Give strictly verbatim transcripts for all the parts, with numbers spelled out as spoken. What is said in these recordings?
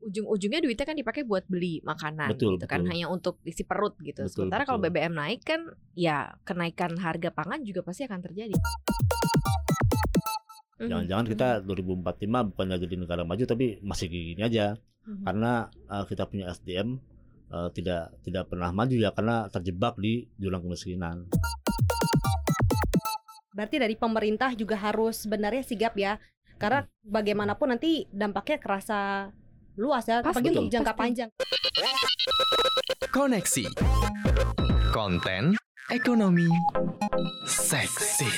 ujung-ujungnya duitnya kan dipakai buat beli makanan. Betul, gitu kan, betul. hanya untuk isi perut gitu. Betul, Sementara kalau betul. B B M naik kan ya kenaikan harga pangan juga pasti akan terjadi. Jangan-jangan Mhm, kita mhm. dua ribu empat puluh lima bukannya jadi negara maju tapi masih gini aja. Mhm. Karena uh, kita punya S D M uh, tidak tidak pernah maju ya karena terjebak di jurang kemiskinan. Berarti dari pemerintah juga harus sebenarnya sigap ya. Karena bagaimanapun nanti dampaknya kerasa luas ya, Pasti, apalagi untuk jangka pasti. panjang. Koneksi konten ekonomi seksi.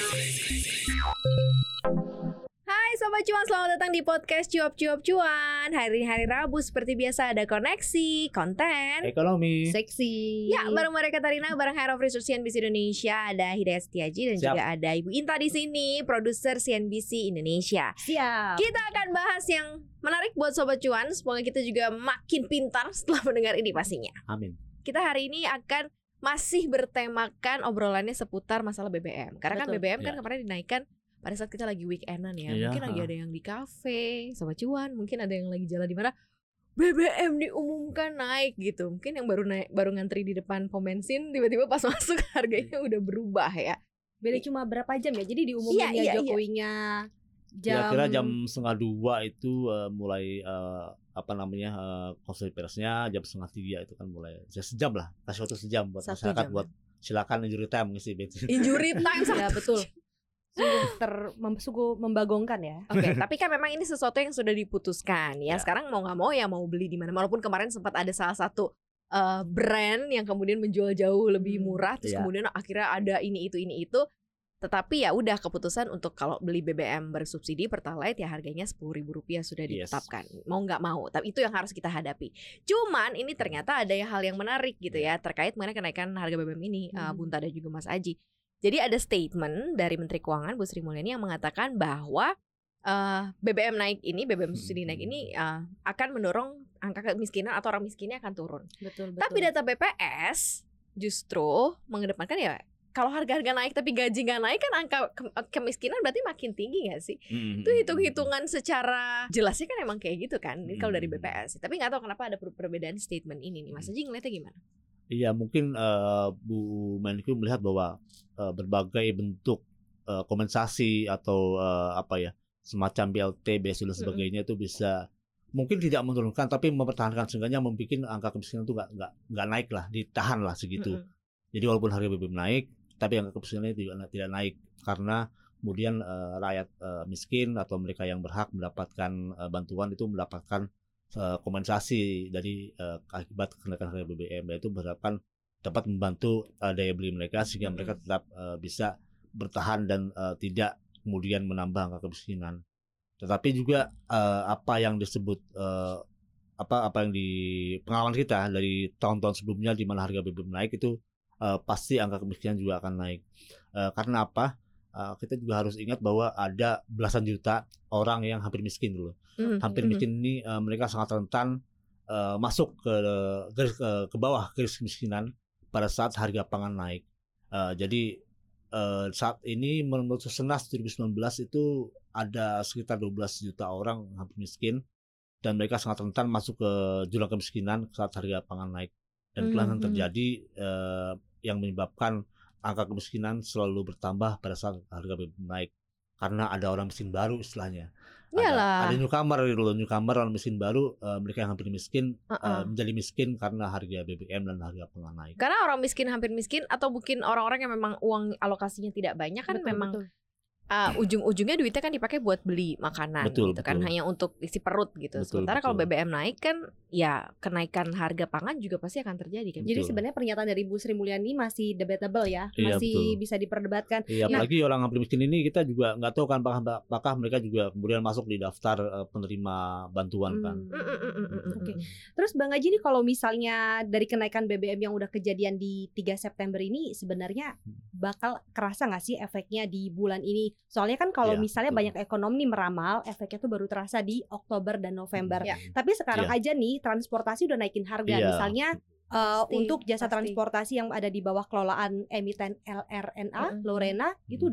Hai Sobat Cuan, selamat datang di podcast Cuap Cuap Cuan. Hari hari Rabu seperti biasa ada koneksi, konten Ekonomi. Seksi. Ya, bareng mereka Katarina, bareng Head of Research C N B C Indonesia, ada Hidayat Setiaji dan Siap. juga ada Ibu Inta di sini, produser C N B C Indonesia. Siap. Kita akan bahas yang menarik buat Sobat Cuan. Semoga kita juga makin pintar setelah mendengar ini pastinya. Amin. Kita hari ini akan masih bertemakan obrolannya seputar masalah B B M. Karena kan Betul. B B M kan Ya. kemarin dinaikkan pada saat kita lagi weekendan ya. Iya, Mungkin lagi ha. ada yang di kafe, Sobat Cuan, mungkin ada yang lagi jalan di mana B B M diumumkan naik gitu. Mungkin yang baru naik baru ngantri di depan pom bensin tiba-tiba pas masuk harganya udah berubah ya. Beda cuma berapa jam ya? Jadi diumuminnya Iya, iya, iya. Jokowinya jam Kira-kira jam setengah dua itu uh, mulai uh, apa namanya uh, konferensi persnya jam setengah tiga itu kan mulai ya, sejam lah, kasih waktu sejam buat Satu masyarakat jam, buat silakan injury time ngisi bensin. Injury time Ya satu betul. jam. Sungguh ter mem- sungguh membagongkan ya. Oke, tapi kan memang ini sesuatu yang sudah diputuskan ya. Ya. Sekarang mau nggak mau ya mau beli di mana. Walaupun kemarin sempat ada salah satu uh, brand yang kemudian menjual jauh lebih Hmm. murah, terus Ya. kemudian akhirnya ada ini itu ini itu. Tetapi ya udah keputusan untuk kalau beli B B M bersubsidi Pertalite ya harganya sepuluh ribu rupiah sudah Yes. ditetapkan. Mau nggak mau, tapi itu yang harus kita hadapi. Cuman ini ternyata ada hal yang menarik gitu ya terkait mengenai kenaikan harga B B M ini, uh, Hmm. Bunta dan juga Mas Aji. Jadi ada statement dari Menteri Keuangan Bu Sri Mulyani yang mengatakan bahwa uh, B B M naik ini, B B M subsidi naik ini uh, akan mendorong angka kemiskinan atau orang miskinnya akan turun. Betul betul. Tapi data B P S justru mengedepankan ya kalau harga-harga naik tapi gaji nggak naik kan angka ke- kemiskinan berarti makin tinggi nggak sih? Mm-mm. Itu hitung-hitungan secara jelasnya kan emang kayak gitu kan. Ini kalau dari B P Hmm. S. Tapi nggak tahu kenapa ada per- perbedaan statement ini nih. Mas Aji ngeliatnya gimana? Iya mungkin uh, Bu Menku melihat bahwa uh, berbagai bentuk uh, kompensasi atau uh, apa ya semacam B L T, B S U dan sebagainya itu bisa mungkin tidak menurunkan tapi mempertahankan sehingga membuat angka kemiskinan itu nggak nggak nggak naik lah, ditahan lah segitu. Mm-mm. Jadi walaupun harga B B M naik, tapi angka kemiskinannya juga na- tidak naik karena kemudian uh, rakyat uh, miskin atau mereka yang berhak mendapatkan uh, bantuan itu mendapatkan uh, kompensasi dari uh, akibat kenaikan harga B B M, yaitu berharapan dapat membantu uh, daya beli mereka sehingga mereka Mm-mm. tetap uh, bisa bertahan dan uh, tidak kemudian menambah angka kemiskinan. Tetapi juga uh, apa yang disebut uh, apa apa yang di pengalaman kita dari tahun-tahun sebelumnya di mana harga B B M naik itu Uh, pasti angka kemiskinan juga akan naik. Uh, karena apa? Uh, kita juga harus ingat bahwa ada belasan juta orang yang hampir miskin dulu. Mm. Hampir Mm. miskin ini uh, mereka sangat rentan uh, masuk ke garis ke, ke bawah garis kemiskinan pada saat harga pangan naik. Uh, jadi uh, saat ini menurut Senas dua ribu sembilan belas itu ada sekitar dua belas juta orang hampir miskin dan mereka sangat rentan masuk ke jurang kemiskinan saat harga pangan naik. Dan itulah yang Mhm. terjadi uh, yang menyebabkan angka kemiskinan selalu bertambah pada saat harga B B M naik karena ada orang miskin baru istilahnya. Iyalah. Ada, ada newcomer dulu, newcomer orang miskin baru, uh, mereka yang hampir miskin uh, Uh-uh. menjadi miskin karena harga B B M dan harga pangan naik. Karena orang miskin hampir miskin atau mungkin orang-orang yang memang uang alokasinya tidak banyak kan Betul, memang betul. uh, ujung-ujungnya duitnya kan dipakai buat beli makanan Betul, gitu kan, betul. hanya untuk isi perut gitu. Betul, Sementara kalau B betul. B M naik kan ya kenaikan harga pangan juga pasti akan terjadi kan. Jadi Betul. sebenarnya pernyataan dari Bu Sri Mulyani masih debatable ya, Iya, masih betul. bisa diperdebatkan. Iya, Nah, apalagi orang hampir miskin ini kita juga nggak tahu kan apakah, apakah mereka juga kemudian masuk di daftar uh, penerima bantuan kan. Hmm. Mm, mm, mm, mm, mm, Oke. mm. Terus Bang Aji nih kalau misalnya dari kenaikan B B M yang udah kejadian di tiga September ini sebenarnya bakal kerasa nggak sih efeknya di bulan ini? Soalnya kan kalau Iya, misalnya betul. banyak ekonom nih meramal efeknya tuh baru terasa di Oktober dan November. Ya. Tapi sekarang Iya. aja nih transportasi udah naikin harga. Iya. Misalnya uh, Pasti, untuk jasa pasti. transportasi yang ada di bawah kelolaan emiten L R N A Mm-mm. Lorena itu udah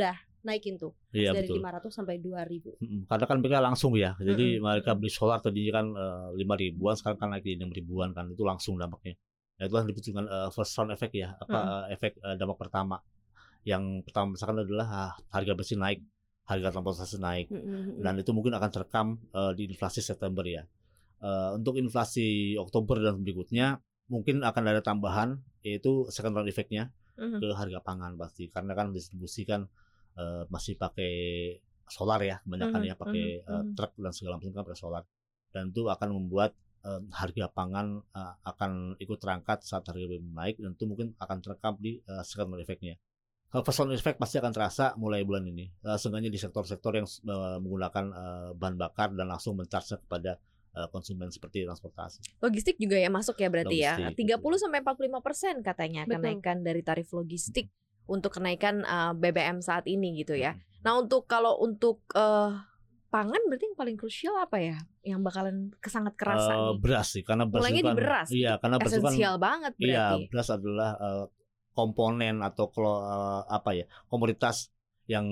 naikin tuh Iya dari betul. lima ratus sampai dua ribu. Mm-mm. Karena kan mereka langsung ya. Jadi Mm-mm. mereka beli solar tadinya kan uh, lima ribuan, sekarang kan naik di enam ribuan kan. Itu langsung dampaknya. Nah, itulah dibutuhkan uh, first round effect ya. Apa Mm-mm. uh, efek uh, dampak pertama. Yang pertama misalkan adalah uh, harga bensin naik, harga transportasi naik. Mm-mm. Dan itu mungkin akan terekam uh, di inflasi September ya. Uh, untuk inflasi Oktober dan berikutnya mungkin akan ada tambahan, yaitu second round effect-nya Mhm. ke harga pangan pasti, karena kan distribusi kan uh, masih pakai solar ya kebanyakan Mhm, ya, pakai mhm, uh, mhm. truk dan segala macam kan pakai solar, dan itu akan membuat uh, harga pangan uh, akan ikut terangkat saat harga B B M naik, dan itu mungkin akan terekam di uh, second round effect-nya. Kalau first round effect pasti akan terasa mulai bulan ini, uh, seenggaknya di sektor-sektor yang uh, menggunakan uh, bahan bakar dan langsung mencharge kepada uh, konsumen seperti transportasi. Logistik juga ya masuk ya berarti ya. Logistik, tiga puluh sampai empat puluh lima persen katanya Betul. kenaikan dari tarif logistik untuk kenaikan uh, B B M saat ini gitu ya. Hmm. Nah, untuk kalau untuk uh, pangan berarti yang paling krusial apa ya? Yang bakalan sangat kerasa Uh, nih. beras sih, karena beras Mulainya itu di kan, beras. iya karena beras itu kan, Esensial banget iya berarti. beras adalah uh, komponen atau klo, uh, apa ya komoditas yang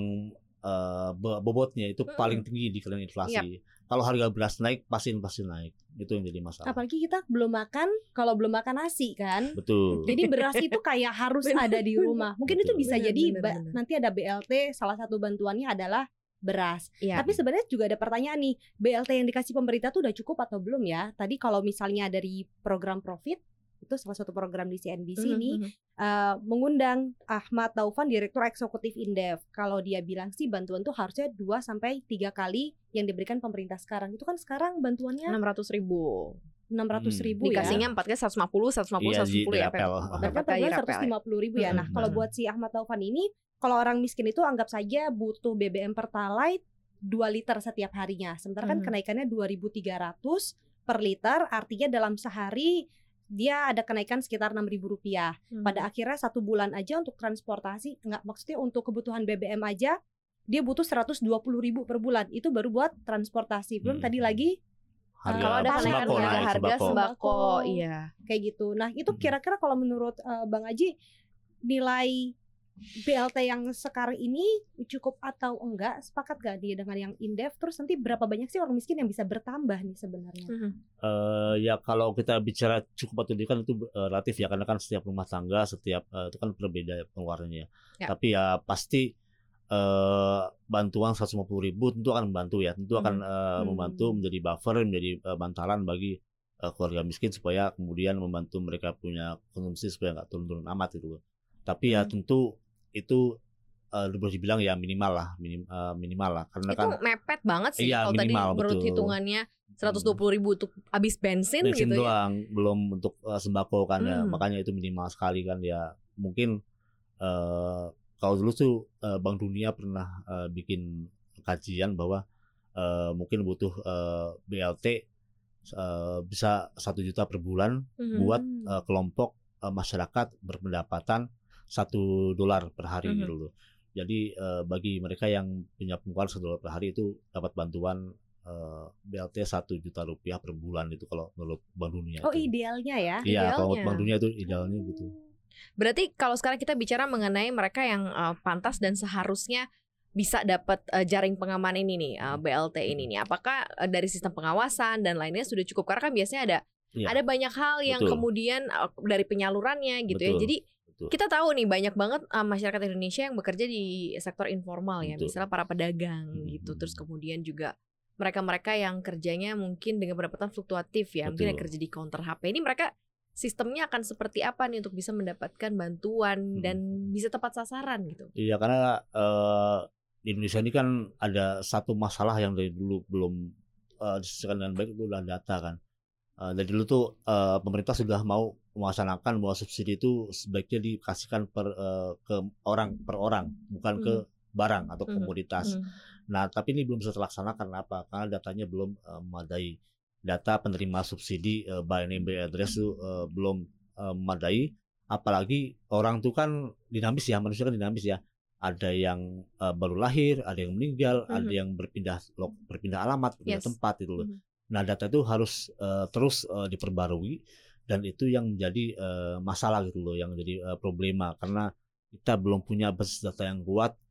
uh, bo- bobotnya itu Mm-mm. paling tinggi di kalian inflasi. Kalau harga beras naik, pasti inflasi naik. Itu yang jadi masalah. Apalagi kita belum makan, kalau belum makan nasi kan. Betul. Jadi beras itu kayak harus Bener. ada di rumah. Mungkin itu Betul. bisa Bener, jadi bener, ba- bener. nanti ada B L T, salah satu bantuannya adalah beras. Iya. Tapi sebenarnya juga ada pertanyaan nih, B L T yang dikasih pemerintah tuh udah cukup atau belum ya? Tadi kalau misalnya dari program Profit, itu salah satu program di C N B C Mhm, nih, mhm. uh, mengundang Ahmad Taufan, Direktur Eksekutif Indef. Kalau dia bilang sih bantuan tuh harusnya dua sampai tiga kali yang diberikan pemerintah sekarang. Itu kan sekarang bantuannya enam ratus ribu. enam ratus ribu ya. Dikasihnya empat kali seratus lima puluh, seratus lima puluh, Iya, seratus di- sepuluh ya. dirapel. Pak. Berarti Empat per kali bulan rapel. seratus lima puluh ribu ya. Nah, Hmm, kalau benar. buat si Ahmad Taufan ini, kalau orang miskin itu anggap saja butuh B B M Pertalite dua liter setiap harinya. Sementara kan Mhm. kenaikannya dua ribu tiga ratus per liter, artinya dalam sehari dia ada kenaikan sekitar enam ribu rupiah. Hmm. Pada akhirnya satu bulan aja untuk transportasi, enggak maksudnya untuk kebutuhan B B M aja dia butuh seratus dua puluh ribu per bulan. Itu baru buat transportasi. Belum Hmm. tadi lagi Harga Kalau ada pangan kenaikan sembako ya, harga, naik, harga sembako. sembako, Sembako. iya. kayak gitu. Nah, itu Hmm. kira-kira kalau menurut uh, Bang Aji nilai B L T yang sekarang ini cukup atau enggak? Sepakat gak dia dengan yang Indef? Terus nanti berapa banyak sih orang miskin yang bisa bertambah nih sebenarnya? Mhm. Eh, ya kalau kita bicara cukup atau tidak kan itu eh, relatif ya, karena kan setiap rumah tangga setiap eh, itu kan berbeda pengeluarannya. Ya. Tapi ya pasti eh, bantuan seratus lima puluh ribu tentu akan membantu ya, tentu akan eh, Hmm. membantu menjadi buffer, menjadi eh, bantalan bagi eh, keluarga miskin supaya kemudian membantu mereka punya konsumsi supaya nggak turun-turun amat gitu. Tapi ya Hmm. tentu itu eh, boleh dibilang ya minimal lah, minim, eh, minimal lah, karena Itu kan mepet banget sih. Iya, Kalau tadi minimal, menurut betul. hitungannya seratus dua puluh ribu untuk habis bensin, bensin gitu ya. doang, belum untuk uh, sembako kan ya, Hmm. makanya itu minimal sekali kan ya. Mungkin uh, kalau dulu tuh uh, Bank Dunia pernah uh, bikin kajian bahwa uh, mungkin butuh uh, B L T uh, bisa satu juta per bulan Mhm. buat uh, kelompok uh, masyarakat berpendapatan satu dolar per hari Mhm. gitu loh. Jadi uh, bagi mereka yang punya pengeluaran satu dolar per hari itu dapat bantuan uh, B L T satu juta rupiah per bulan itu kalau menurut Bank Dunia. Oh, itu. idealnya ya. Iya, kalau menurut idealnya. Bank Dunia itu idealnya gitu. Berarti kalau sekarang kita bicara mengenai mereka yang uh, pantas dan seharusnya bisa dapat uh, jaring pengaman ini nih, uh, B L T ini nih. Apakah uh, dari sistem pengawasan dan lainnya sudah cukup? Karena kan biasanya ada Iya. ada banyak hal yang Betul. kemudian uh, dari penyalurannya gitu ya. Betul. Jadi Betul. kita tahu nih banyak banget uh, masyarakat Indonesia yang bekerja di sektor informal ya, Betul. misalnya para pedagang Hmm. gitu. Terus kemudian juga mereka-mereka yang kerjanya mungkin dengan pendapatan fluktuatif ya, mungkin yang Betul. kerja di counter H P. Ini mereka sistemnya akan seperti apa nih untuk bisa mendapatkan bantuan Hmm. dan bisa tepat sasaran gitu. Iya, karena eh, di Indonesia ini kan ada satu masalah yang dari dulu belum eh, diselesaikan dengan baik, itu adalah data kan. Eh, dari dulu tuh eh, pemerintah sudah mau melaksanakan bahwa subsidi itu sebaiknya dikasihkan per eh, ke orang per orang, bukan ke barang atau Mhm. komoditas. Hmm. Nah, tapi ini belum bisa terlaksana karena apa? Karena datanya belum eh, memadai. Data penerima subsidi eh, by name by address itu eh, belum eh, memadai. Apalagi orang tuh kan dinamis ya, manusia kan dinamis ya. Ada yang eh, baru lahir, ada yang meninggal, Mhm. ada yang berpindah lo- berpindah alamat, berpindah Yes. tempat itu loh. Mhm. Nah, data itu harus eh, terus eh, diperbarui, dan itu yang menjadi eh, masalah gitu loh, yang jadi eh, problema karena kita belum punya basis data yang kuat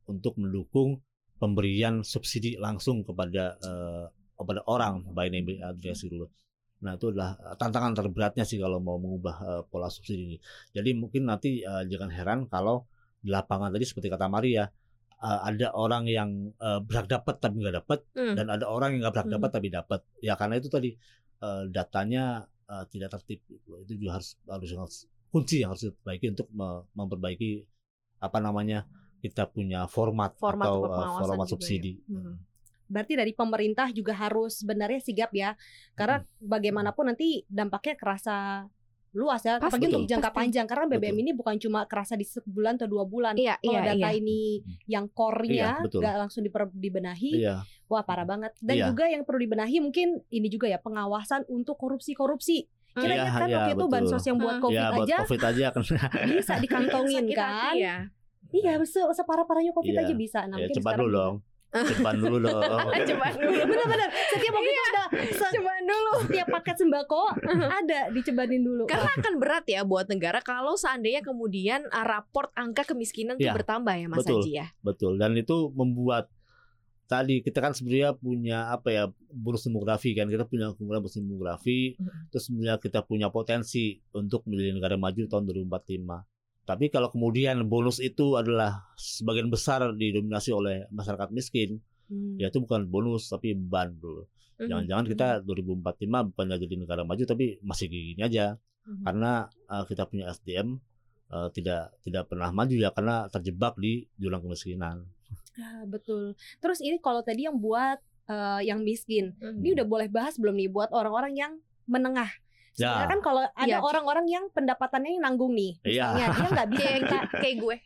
untuk mendukung pemberian subsidi langsung kepada uh, kepada orang by name address dulu. Nah itu adalah tantangan terberatnya sih kalau mau mengubah uh, pola subsidi ini. Jadi mungkin nanti uh, jangan heran kalau di lapangan tadi seperti kata Maria, uh, ada orang yang uh, berhak dapat tapi nggak dapat, Hmm. dan ada orang yang nggak berhak Hmm. dapat tapi dapat. Ya karena itu tadi uh, datanya uh, tidak tertib. Itu juga harus harus harus kunci yang harus diperbaiki untuk me- memperbaiki apa namanya kita punya format, Format atau uh, pengawasan format juga subsidi. ya. Hmm. Berarti dari pemerintah juga harus sebenarnya sigap ya, karena bagaimanapun nanti dampaknya kerasa luas ya, Pasti, apalagi untuk jangka pasti. panjang, karena B B M Betul. ini bukan cuma kerasa di sebulan atau dua bulan. Iya, Kalau iya, data iya. ini yang Iya, core-nya betul. nggak langsung diper- dibenahi, Iya, wah parah banget. Dan Iya. juga yang perlu dibenahi mungkin ini juga ya, pengawasan untuk korupsi-korupsi. Kita Iya, ingat kan iya, waktu itu betul. bansos yang buat Hmm. COVID ya buat aja COVID aja kan. bisa dikantongin Sakit hati kan. ya. Iya, se- separah-parahnya COVID Iya. aja bisa. Nah, Ya, mungkin cepat sekarang dulu dong. Cepat dulu dong. Coba dulu. bener-bener setiap waktu itu ada se- Coba dulu. setiap paket sembako ada dicebanin dulu. Karena akan berat ya buat negara kalau seandainya kemudian uh, raport angka kemiskinan itu Iya, bertambah ya Mas betul. Haji ya. Betul. Dan itu membuat tadi kita kan sebenarnya punya apa ya bonus demografi kan, kita punya kumpulan bonus demografi, Mhm. terus sebenarnya kita punya potensi untuk menjadi negara maju tahun dua ribu empat puluh lima. Tapi kalau kemudian bonus itu adalah sebagian besar didominasi oleh masyarakat miskin, Hmm. ya itu bukan bonus tapi beban dulu. Mhm. Jangan-jangan kita dua ribu empat puluh lima bukannya jadi negara maju tapi masih gini aja, Mhm. karena uh, kita punya S D M uh, tidak tidak pernah maju ya karena terjebak di jurang kemiskinan. Ah, betul. Terus ini kalau tadi yang buat eh, yang miskin, Mhm. ini udah boleh bahas belum nih buat orang-orang yang menengah? Sebenarnya Ya. kan kalau ada Iya. orang-orang yang pendapatannya nanggung nih, Iya. misalnya dia nggak bisa kayak kita, kayak gue.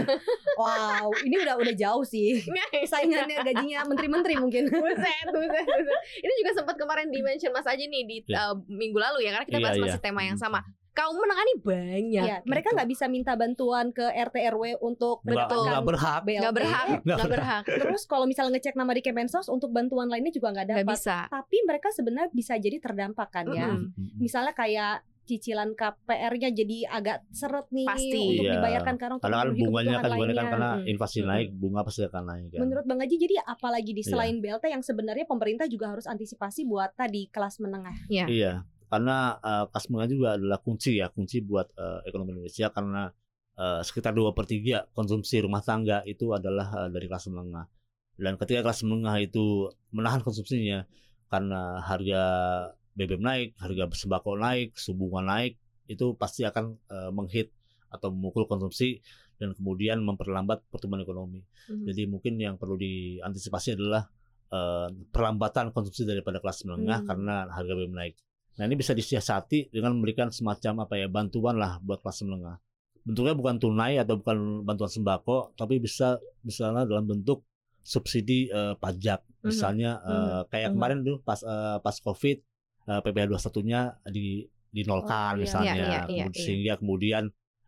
wow, ini udah udah jauh sih. Saingannya gajinya menteri-menteri mungkin. Buset, buset, buset. Ini juga sempat kemarin di mention Mas Aji nih di Iya. uh, minggu lalu ya, karena kita Iya, bahas iya. masih tema yang sama. Kaum menengah nih banyak. Iya, mereka gitu. nggak bisa minta bantuan ke R T R W untuk Nggak, Betul. nggak berhak. B L T. nggak berhak, nggak berhak, Terus kalau misalnya ngecek nama di Kemensos untuk bantuan lainnya juga nggak nggak dapat. bisa. Tapi mereka sebenarnya bisa jadi terdampak kan ya. Mm-mm. Misalnya kayak cicilan K P R-nya jadi agak seret nih Pasti. untuk Iya. dibayarkan karena untuk Karena kan memenuhi bunganya kebutuhan kan dibandingkan lainnya. karena Mm. inflasi Mm. naik, bunga pasti akan naik kan. Menurut Bang Haji, jadi apalagi di Iya. selain B L T yang sebenarnya pemerintah juga harus antisipasi buat tadi kelas menengah. Iya, karena uh, kelas menengah juga adalah kunci ya, kunci buat uh, ekonomi Indonesia karena uh, sekitar dua per tiga konsumsi rumah tangga itu adalah uh, dari kelas menengah. Dan ketika kelas menengah itu menahan konsumsinya karena harga B B M naik, harga sembako naik, suku bunga naik, itu pasti akan uh, menghit atau memukul konsumsi dan kemudian memperlambat pertumbuhan ekonomi. Mhm. Jadi mungkin yang perlu diantisipasi adalah uh, perlambatan konsumsi daripada kelas menengah Hmm. karena harga B B M naik. Nah ini bisa disiasati dengan memberikan semacam apa ya bantuan lah buat kelas menengah. Bentuknya bukan tunai atau bukan bantuan sembako, tapi bisa misalnya dalam bentuk subsidi uh, pajak. Misalnya uh, kayak Mhm. kemarin tuh pas uh, pas COVID uh, P P H dua puluh satunya di dinolkan Oh, iya. misalnya, Iya, iya, iya, Kemudian- sehingga kemudian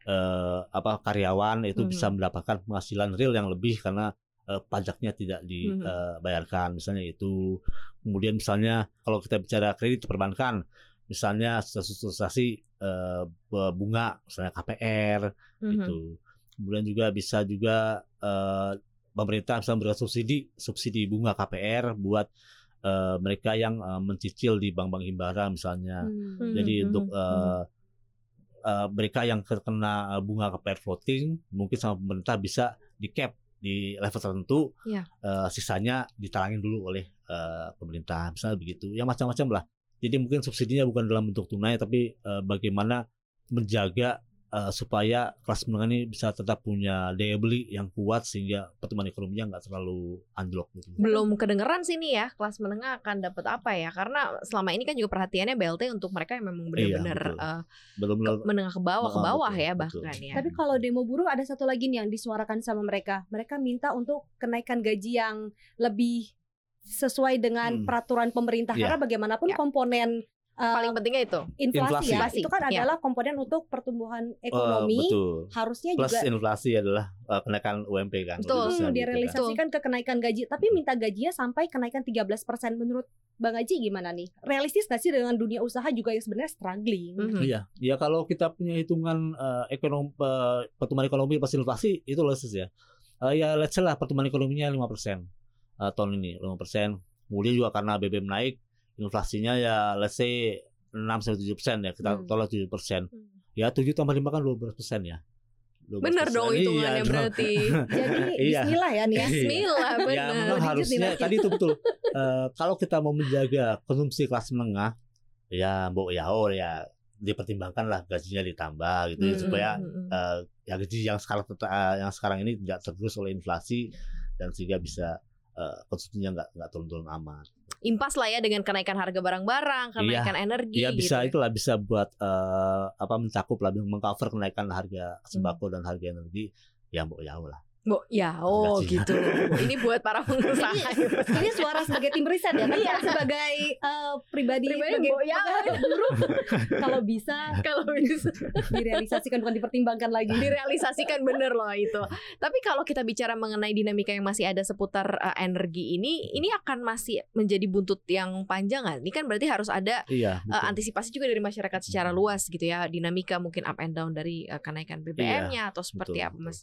uh, apa karyawan itu Mhm. bisa mendapatkan penghasilan real yang lebih karena uh, pajaknya tidak Mhm. dibayarkan, misalnya itu. Kemudian misalnya kalau kita bicara kredit perbankan, misalnya subsidiasi uh, bunga, misalnya K P R Mhm. itu. Kemudian juga bisa juga uh, pemerintah bisa memberikan subsidi subsidi bunga K P R buat uh, mereka yang uh, mencicil di bank-bank himbara misalnya. Hmm. Jadi Mhm, untuk mhm, uh, uh, mereka yang terkena uh, bunga K P R floating, mungkin sama pemerintah bisa di cap di level tertentu, Iya. uh, sisanya ditalangin dulu oleh uh, pemerintah, misalnya begitu. Ya macam-macam lah. Jadi mungkin subsidinya bukan dalam bentuk tunai, tapi uh, bagaimana menjaga uh, supaya kelas menengah ini bisa tetap punya daya beli yang kuat sehingga pertumbuhan ekonominya nggak terlalu anjlok gitu. Belum kedengeran sih nih ya kelas menengah akan dapat apa ya, karena selama ini kan juga perhatiannya B L T untuk mereka yang memang benar-benar Iya, betul. uh, Belum ke- menengah ke bawah ke Betul, bawah betul, ya betul. bahkan ya. Tapi kalau demo buruh ada satu lagi nih yang disuarakan sama mereka. Mereka minta untuk kenaikan gaji yang lebih sesuai dengan Hmm. peraturan pemerintah. Iya. Karena bagaimanapun Ya. komponen uh, Paling pentingnya itu. inflasi, ya, Inflasi. itu kan Iya. adalah komponen untuk pertumbuhan Uh, ekonomi. betul. Harusnya Plus juga inflasi adalah uh, kenaikan U M P kan. Betul. Bisa hmm, gitu kan. direalisasikan ke kenaikan gaji. Tapi minta gajinya sampai kenaikan tiga belas persen. Menurut Bang Haji gimana nih? Realistis gak sih dengan dunia usaha juga yang sebenarnya struggling? Mhm. Iya, ya kalau kita punya hitungan uh, ekonomi uh, pertumbuhan ekonomi plus inflasi itu realistis ya. uh, ya let's say lah pertumbuhan ekonominya lima persen uh, tahun ini lima persen. Kemudian juga karena B B M naik, inflasinya ya let's say enam sampai tujuh persen ya, kita Hmm. tolak tujuh persen. Hmm. Ya tujuh tambah lima kan dua belas persen ya. dua belas Bener persen. dong Iya, hitungannya dong. berarti. Jadi Iya. bismillah ya nih ya. Bismillah, Ya bener. memang Dikit harusnya dinaikkan. tadi itu betul. Eh, kalau kita mau menjaga konsumsi kelas menengah, ya mbok ya oh ya dipertimbangkan lah gajinya ditambah gitu ya, Hmm, supaya hmm, hmm. eh, ya gaji yang sekarang tetap- yang sekarang ini tidak tergerus oleh inflasi dan sehingga bisa eh, konsumsinya nggak nggak turun-turun amat. Impas lah ya dengan kenaikan harga barang-barang, kenaikan energi. Iya bisa gitu. itulah bisa buat eh, apa mencakup lah mengcover kenaikan harga sembako Hmm. dan harga energi ya mbok ya lah. Bo, ya, oh Gajinya. gitu. Ini buat para pengusaha. Ini suara sebagai tim riset ya, tapi Iya. sebagai eh, pribadi, Pribadi, sebagai Mbok, ya. pegawai buruh, kalau bisa Kalau bisa direalisasikan bukan dipertimbangkan lagi. direalisasikan bener loh itu. Tapi kalau kita bicara mengenai dinamika yang masih ada seputar uh, energi ini, ini akan masih menjadi buntut yang panjang nggak? Ini kan berarti harus ada Iya. uh, betul. antisipasi juga dari masyarakat secara luas gitu ya. Dinamika mungkin up and down dari uh, kenaikan B B M-nya atau seperti betul, apa, betul. Mas?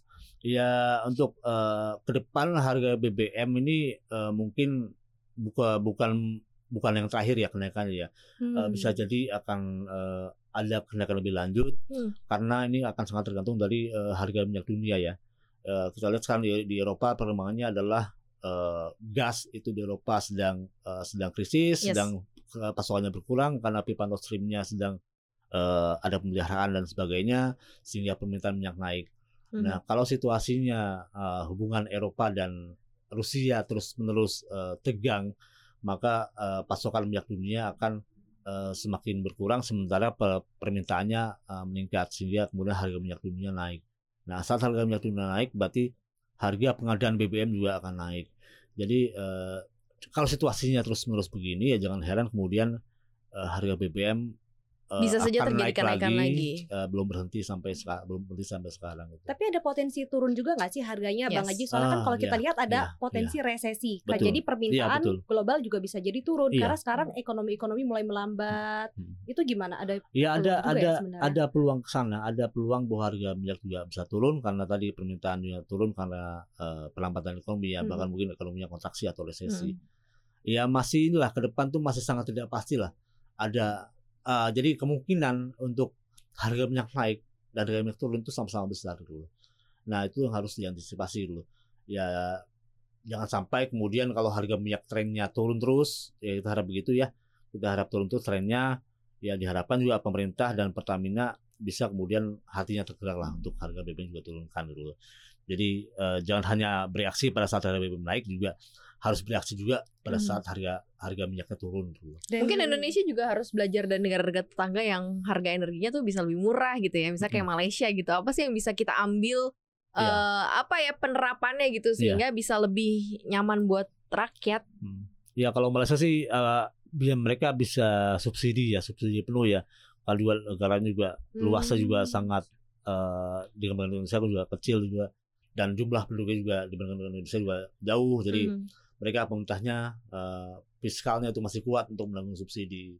Ya untuk eh, ke depan harga B B M ini eh, mungkin buka, bukan bukan yang terakhir ya kenaikannya ya. Hmm. Eh, bisa jadi akan eh, ada kenaikan lebih lanjut Hmm. karena ini akan sangat tergantung dari eh, harga minyak dunia ya. Eh, kita lihat sekarang di, di Eropa perkembangannya adalah eh, gas itu di Eropa sedang eh, sedang krisis, Yes. sedang eh, pasokannya berkurang karena pipa Nord Stream-nya sedang eh, ada pemeliharaan dan sebagainya sehingga permintaan minyak naik. Hmm. Nah, kalau situasinya uh, hubungan Eropa dan Rusia terus-menerus uh, tegang, maka uh, pasokan minyak dunia akan uh, semakin berkurang sementara per- permintaannya uh, meningkat sehingga kemudian harga minyak dunia naik. Nah, saat harga minyak dunia naik berarti harga pengadaan B B M juga akan naik. Jadi uh, kalau situasinya terus-menerus begini ya jangan heran kemudian uh, harga B B M uh, Bisa saja akan terjadi naik kenaikan lagi. uh, belum berhenti sampai seka- belum berhenti sampai sekarang gitu. Tapi ada potensi turun juga nggak sih harganya, Bang Yes. Haji? Soalnya kan Ah, kalau kita iya, lihat ada iya, potensi resesi. Nah, Betul. jadi permintaan Iya, betul. global juga bisa jadi turun Iya. karena sekarang ekonomi-ekonomi mulai melambat. Hmm. Itu gimana? Ada Ya ada peluang juga ada ya sebenarnya. ada peluang ke sana, ada peluang bahwa harga minyak juga bisa turun karena tadi permintaan minyak turun karena eh, pelambatan ekonomi ya, Hmm. bahkan mungkin ekonominya kontraksi atau resesi. Hmm. Ya masih inilah ke depan tuh masih sangat tidak pasti lah. Ada eh, jadi kemungkinan untuk harga minyak naik dan harga minyak turun itu sama-sama besar dulu. Nah itu yang harus diantisipasi dulu. Ya jangan sampai kemudian kalau harga minyak trennya turun terus, ya kita harap begitu ya. Kita harap turun terus trennya. Ya diharapkan juga pemerintah dan Pertamina bisa kemudian hatinya tergerak lah untuk harga B B M juga turunkan dulu. Jadi eh, jangan hanya bereaksi pada saat harga B B M naik, juga harus bereaksi juga pada Hmm. saat harga harga minyaknya turun dulu. Dan- Mungkin Indonesia juga harus belajar dari negara-negara tetangga yang harga energinya tuh bisa lebih murah gitu ya. Misalnya kayak Malaysia gitu. Apa sih yang bisa kita ambil Iya. eh, apa ya penerapannya gitu sehingga bisa lebih nyaman buat rakyat. Hmm. Ya kalau Malaysia sih eh, biar mereka bisa subsidi ya, subsidi penuh ya. Kalau juga negaranya juga luasnya juga Hmm. sangat eh, dibandingkan Indonesia juga kecil juga dan jumlah penduduknya juga dibandingkan dengan Indonesia juga jauh. Jadi Hmm. mereka pemerintahnya eh, fiskalnya itu masih kuat untuk menanggung subsidi.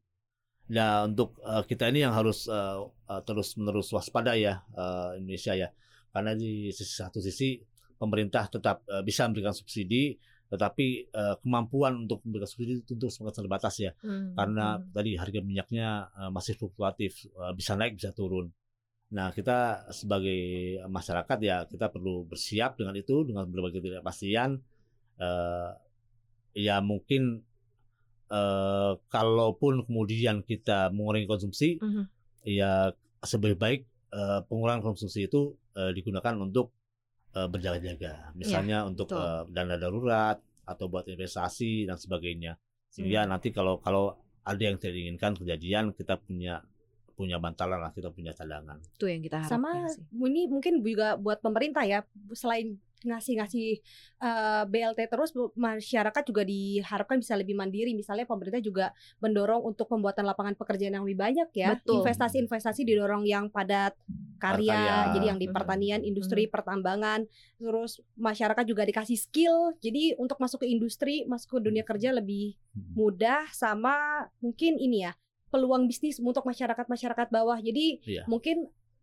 Nah untuk eh, kita ini yang harus eh, eh, terus menerus waspada ya eh, Indonesia ya, karena di sisi satu sisi pemerintah tetap eh, bisa memberikan subsidi, tetapi eh, kemampuan untuk memberikan subsidi itu tentu sangat terbatas ya, Hmm. karena Hmm. tadi harga minyaknya eh, masih fluktuatif, eh, bisa naik bisa turun. Nah kita sebagai masyarakat ya kita perlu bersiap dengan itu, dengan berbagai ketidakpastian. Eh, ya mungkin eh, kalaupun kemudian kita mengurangi konsumsi, Mhm. ya sebaik baik eh, pengurangan konsumsi itu eh, digunakan untuk eh, berjaga-jaga, misalnya untuk betul. eh, dana darurat atau buat investasi dan sebagainya, sehingga Hmm. nanti kalau kalau ada yang tidak diinginkan kejadian, kita punya punya bantalan lah, kita punya cadangan. Itu yang kita harapkan sama sih. ini mungkin juga buat pemerintah ya, selain ngasih-ngasih eh, B L T terus, bu- masyarakat juga diharapkan bisa lebih mandiri. Misalnya pemerintah juga mendorong untuk pembuatan lapangan pekerjaan yang lebih banyak ya. Betul. Investasi-investasi didorong yang padat karya, Karya. jadi yang di Mhm. pertanian, industri, pertambangan. Terus masyarakat juga dikasih skill, jadi untuk masuk ke industri, masuk ke dunia kerja lebih mudah. Sama mungkin ini ya, peluang bisnis untuk masyarakat-masyarakat bawah. Jadi Iya. mungkin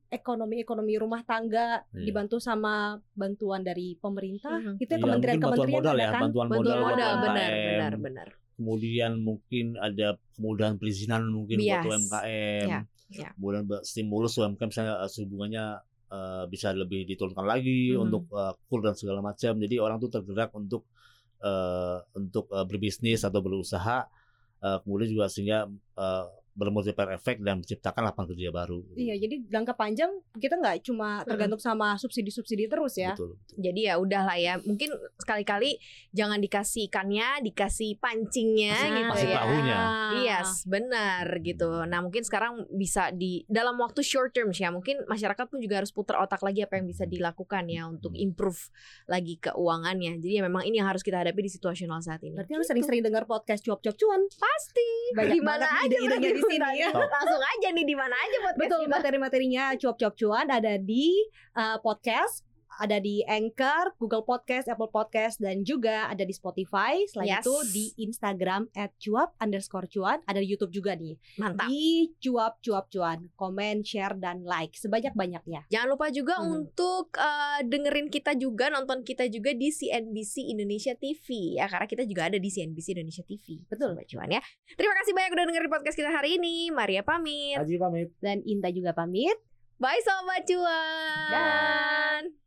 ekonomi-ekonomi rumah tangga Iya. dibantu sama bantuan dari pemerintah. Mhm. Itu ya Iya, kementerian mungkin bantuan kementerian modal ada ya, kan? bantuan modal, Bantuan modal, buat benar, U M K M. benar, benar. Kemudian mungkin ada kemudahan perizinan mungkin buat Yes. U M K M. Ya, ya. Kemudian buat stimulus U M K M misalnya eh, hubungannya eh, bisa lebih diturunkan lagi Mhm. untuk eh, kur dan segala macam. Jadi orang tuh tergerak untuk eh, untuk eh, berbisnis atau berusaha. Eh, kemudian juga sehingga eh, bermultiplier efek dan menciptakan lapangan kerja baru. Iya, jadi jangka panjang kita nggak cuma tergantung sama subsidi-subsidi terus ya. Betul, betul. Jadi ya udahlah ya, mungkin sekali-kali jangan dikasih ikannya, dikasih pancingnya Kasih- gitu kasih ya. tahunya. Yes, benar gitu. Nah mungkin sekarang bisa di dalam waktu short term ya, mungkin masyarakat pun juga harus putar otak lagi apa yang bisa dilakukan ya untuk improve lagi keuangannya. Jadi ya memang ini yang harus kita hadapi di situasional saat ini. Berarti harus sering-sering dengar podcast cuap-cuap cuan. Pasti. Banyak Di mana banget aja ide-idenya berarti di sini ya. Langsung aja nih di mana aja podcast Betul, kita. materi-materinya cuap-cuap cuan ada di uh, podcast, ada di Anchor, Google Podcast, Apple Podcast, dan juga ada di Spotify. Selain Yes. itu di Instagram at cuap underscore cuan, ada di YouTube juga nih. Mantap. Di cuap cuap cuan, komen, share, dan like sebanyak-banyaknya. Jangan lupa juga Mhm. untuk uh, dengerin kita juga, nonton kita juga di C N B C Indonesia T V ya, karena kita juga ada di C N B C Indonesia T V. Betul. Sobat Cuan ya. Terima kasih banyak udah dengerin podcast kita hari ini. Maria pamit. Haji pamit. Dan Inta juga pamit. Bye Sobat Cuan. Dah.